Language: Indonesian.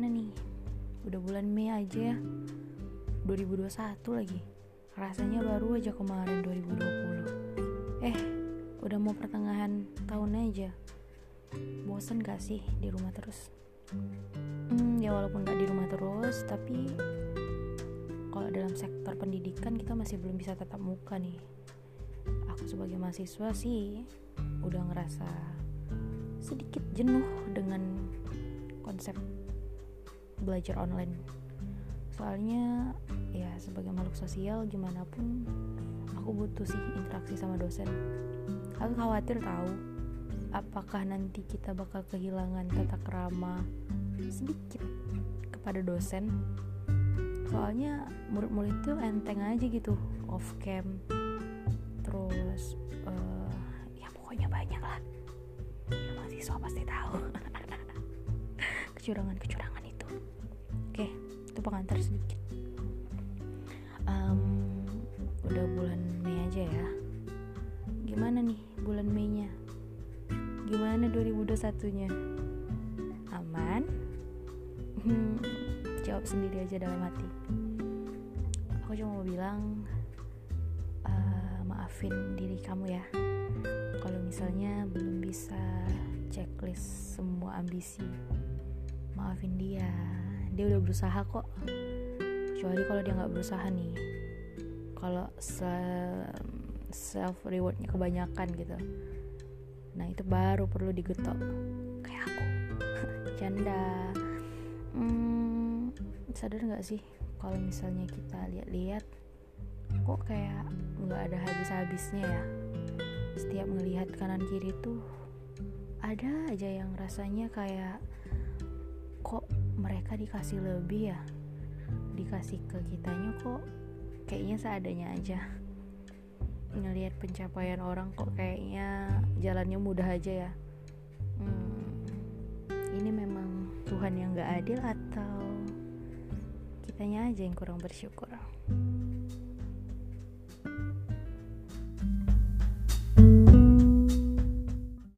nih? Udah bulan Mei aja ya, 2021 lagi. Rasanya baru aja kemarin 2020. Udah mau pertengahan tahun aja. Bosen gak sih di rumah terus? Ya walaupun gak di rumah terus, tapi kalau dalam sektor pendidikan kita masih belum bisa tatap muka nih. Aku sebagai mahasiswa sih udah ngerasa sedikit jenuh dengan konsep belajar online. Soalnya ya sebagai makhluk sosial gimana pun aku butuh sih interaksi sama dosen. Aku khawatir tahu apakah nanti kita bakal kehilangan tata krama sedikit kepada dosen. Soalnya murid-murid tuh enteng aja gitu off cam. Terus ya pokoknya banyak lah. Ya mahasiswa pasti tahu kecurangan itu. Oke, itu pengantar sedikit. Udah bulan Mei aja ya. Gimana nih bulan Mei-nya? Gimana 2021-nya? Aman? Jawab sendiri aja dalam hati. Aku cuma mau bilang maafin diri kamu ya kalau misalnya belum bisa checklist semua ambisi. Maafin dia udah berusaha kok. Kecuali kalau dia gak berusaha nih, kalau self rewardnya kebanyakan gitu, nah itu baru perlu digetok kayak aku. Canda. Sadar gak sih kalau misalnya kita lihat-lihat kok kayak gak ada habis-habisnya ya. Setiap ngelihat kanan kiri tuh ada aja yang rasanya kayak kok mereka dikasih lebih ya, dikasih ke kitanya kok kayaknya seadanya aja. Ngelihat pencapaian orang kok kayaknya jalannya mudah aja ya. Ini memang Tuhan yang gak adil atau kitanya aja yang kurang bersyukur?